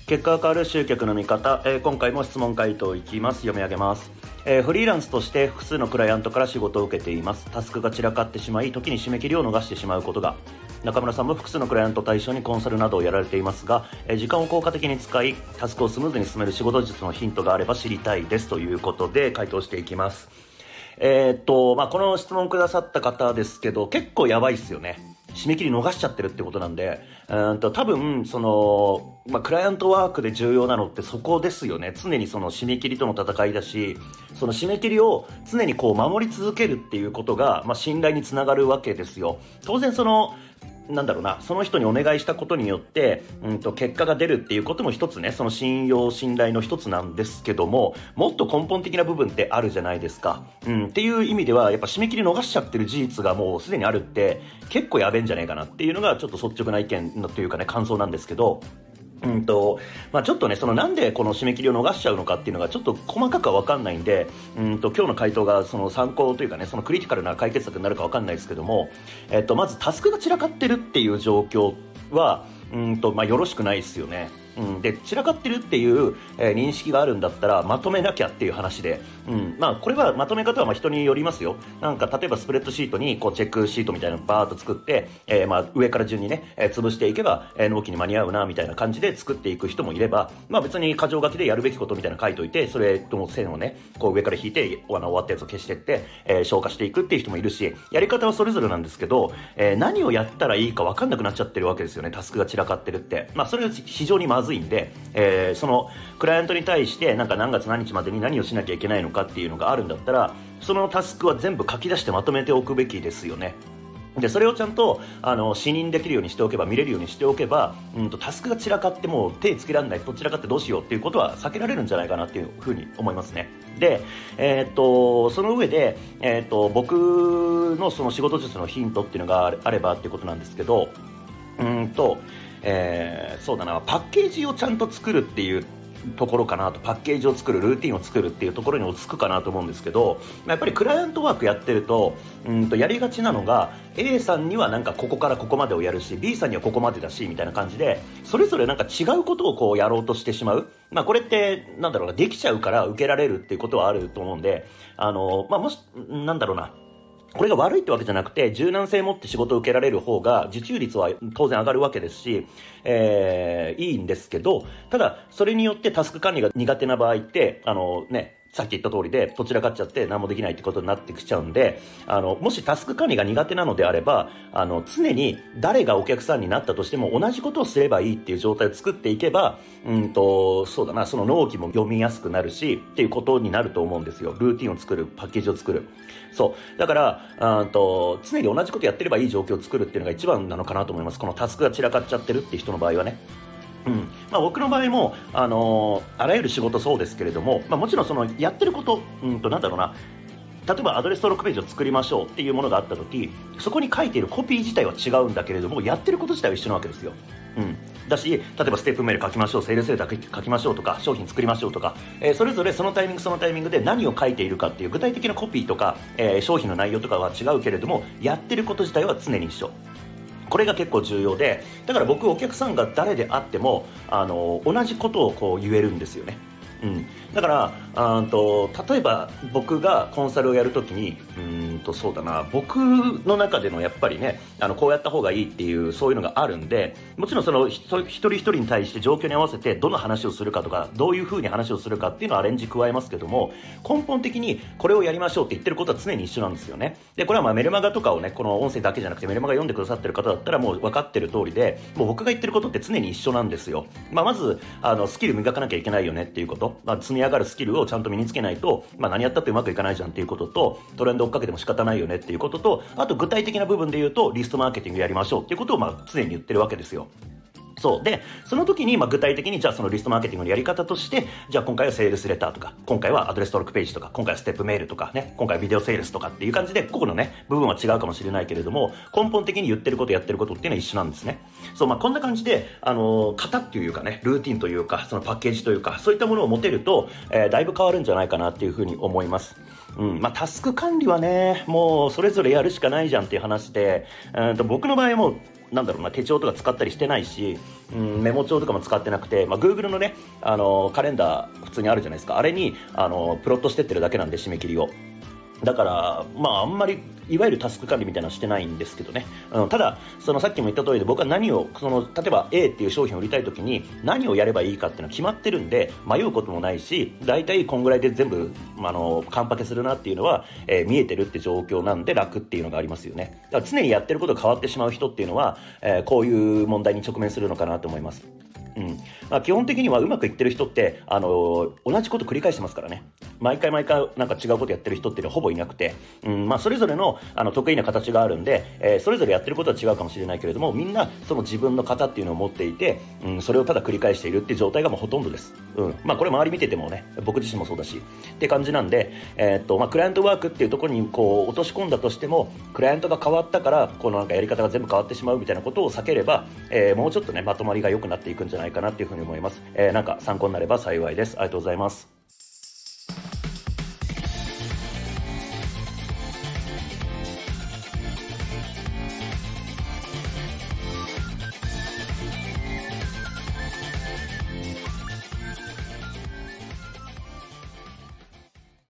結果が変わる集客の見方、今回も質問回答いきます。読み上げます。フリーランスとして複数のクライアントから仕事を受けています。タスクが散らかってしまい、時に締め切りを逃してしまうことが。中村さんも複数のクライアント対象にコンサルなどをやられていますが、時間を効果的に使い、タスクをスムーズに進める仕事術のヒントがあれば知りたいですということで回答していきます。この質問くださった方ですけど、結構やばいっすよね。締め切り逃しちゃってるってことなんで、多分クライアントワークで重要なのってそこですよね。常にその締め切りとの戦いだし、その締め切りを常に守り続けるっていうことが、信頼につながるわけですよ。当然その人にお願いしたことによって、結果が出るっていうことも一つね、その信用信頼の一つなんですけども、もっと根本的な部分ってあるじゃないですか。っていう意味ではやっぱ締め切り逃しちゃってる事実がもうすでにあるって結構やべえんじゃないかなっていうのがちょっと率直な意見のというかね、感想なんですけど、ちょっとね、なんでこの締め切りを逃しちゃうのかっていうのがちょっと細かくは分かんないんで、今日の回答がその参考というかね、そのクリティカルな解決策になるか分かんないですけども、まずタスクが散らかってるっていう状況はよろしくないですよね。で散らかってるっていう、認識があるんだったらまとめなきゃっていう話で、これはまとめ方は人によりますよ。例えばスプレッドシートにチェックシートみたいなのをバーッと作って、上から順にね、潰していけば、納期に間に合うなみたいな感じで作っていく人もいれば、別に箇条書きでやるべきことみたいなの書いといて、それとも線をね上から引いて終わったやつを消していって、消化していくっていう人もいるし、やり方はそれぞれなんですけど、何をやったらいいか分かんなくなっちゃってるわけですよね。タスクが散らかってるって、それは非常にまずいんで、そのクライアントに対して何月何日までに何をしなきゃいけないのかっていうのがあるんだったら、そのタスクは全部書き出してまとめておくべきですよね。でそれをちゃんと視認できるようにしておけば、見れるようにしておけば、タスクが散らかってもう手つけられない、どちらかってどうしようっていうことは避けられるんじゃないかなっていうふうに思いますね。で、その上で、僕のその仕事術のヒントっていうのがあればっていうことなんですけど、そうだな、パッケージをちゃんと作るっていうところかなと。パッケージを作る、ルーティンを作るっていうところに落ち着くかなと思うんですけど、やっぱりクライアントワークやってるとやりがちなのが、 A さんにはここからここまでをやるし、 B さんにはここまでだしみたいな感じで、それぞれ違うことをやろうとしてしまう。これってできちゃうから受けられるっていうことはあると思うんで、もしこれが悪いってわけじゃなくて、柔軟性を持って仕事を受けられる方が受注率は当然上がるわけですし、いいんですけど、ただそれによってタスク管理が苦手な場合ってさっき言った通りでどちらかっちゃって何もできないってことになってきちゃうんで、もしタスク管理が苦手なのであれば、常に誰がお客さんになったとしても同じことをすればいいっていう状態を作っていけば、そうだな、その納期も読みやすくなるしっていうことになると思うんですよ。ルーティンを作る、パッケージを作る。そうだから常に同じことやってればいい状況を作るっていうのが一番なのかなと思います。このタスクが散らかっちゃってるっていう人の場合はね。僕の場合もあらゆる仕事そうですけれども、もちろんそのやってること、例えばアドレス登録ページを作りましょうっていうものがあった時、そこに書いているコピー自体は違うんだけれども、やってること自体は一緒なわけですよ。だし、例えばステップメール書きましょう、セールスレター書きましょうとか、商品作りましょうとか、それぞれそのタイミングで何を書いているかっていう具体的なコピーとか、商品の内容とかは違うけれども、やってること自体は常に一緒。これが結構重要で、だから僕、お客さんが誰であっても同じことを言えるんですよね。だから例えば僕がコンサルをやるときにそうだな、僕の中でのやっぱりね、こうやった方がいいっていうそういうのがあるんで、もちろんその一人一人に対して状況に合わせてどの話をするかとか、どういう風に話をするかっていうのはアレンジ加えますけども、根本的にこれをやりましょうって言ってることは常に一緒なんですよね。でこれはメルマガとかをね、この音声だけじゃなくてメルマガ読んでくださってる方だったらもう分かってる通りで、もう僕が言ってることって常に一緒なんですよ。まずスキル磨かなきゃいけないよねっていうこと、積み上がるスキルをちゃんと身につけないと、何やったってうまくいかないじゃんっていうことと、トレンド追っかけても仕方ないよねっていうことと、あと具体的な部分で言うとリストマーケティングやりましょうっていうことを常に言ってるわけですよ。そうで、その時に具体的にじゃあそのリストマーケティングのやり方として、じゃあ今回はセールスレターとか、今回はアドレス登録ページとか、今回はステップメールとかね、今回はビデオセールスとかっていう感じで、個々のね部分は違うかもしれないけれども、根本的に言ってることやってることっていうのは一緒なんですね。そうこんな感じで型っていうかね、ルーティンというか、そのパッケージというか、そういったものを持てると、だいぶ変わるんじゃないかなっていうふうに思います。タスク管理はね、もうそれぞれやるしかないじゃんっていう話で、僕の場合はもうなんだろうな、手帳とか使ったりしてないし、メモ帳とかも使ってなくて、Google のね、カレンダー普通にあるじゃないですか。あれにプロットしてってるだけなんで、締め切りを。だから、あんまりいわゆるタスク管理みたいなのしてないんですけどね、たださっきも言った通りで、僕は何を例えば A っていう商品を売りたいときに何をやればいいかっていうのは決まってるんで、迷うこともないし、だいたいこんぐらいで全部カンパケするなっていうのは、見えてるって状況なんで楽っていうのがありますよね。だから常にやってることが変わってしまう人っていうのは、こういう問題に直面するのかなと思います。基本的にはうまくいってる人って同じこと繰り返してますからね。毎回なんか違うことやってる人っていうのはほぼいなくて、それぞれの得意な形があるんで、それぞれやってることは違うかもしれないけれども、みんなその自分の型っていうのを持っていて、それをただ繰り返しているっていう状態がもうほとんどです。これ周り見ててもね、僕自身もそうだしって感じなんで、クライアントワークっていうところにこう落とし込んだとしても、クライアントが変わったからなんかやり方が全部変わってしまうみたいなことを避ければ、もうちょっとねまとまりが良くなっていくんじゃないかなっていうふうに思います。なんか参考になれば幸いです。ありがとうございます。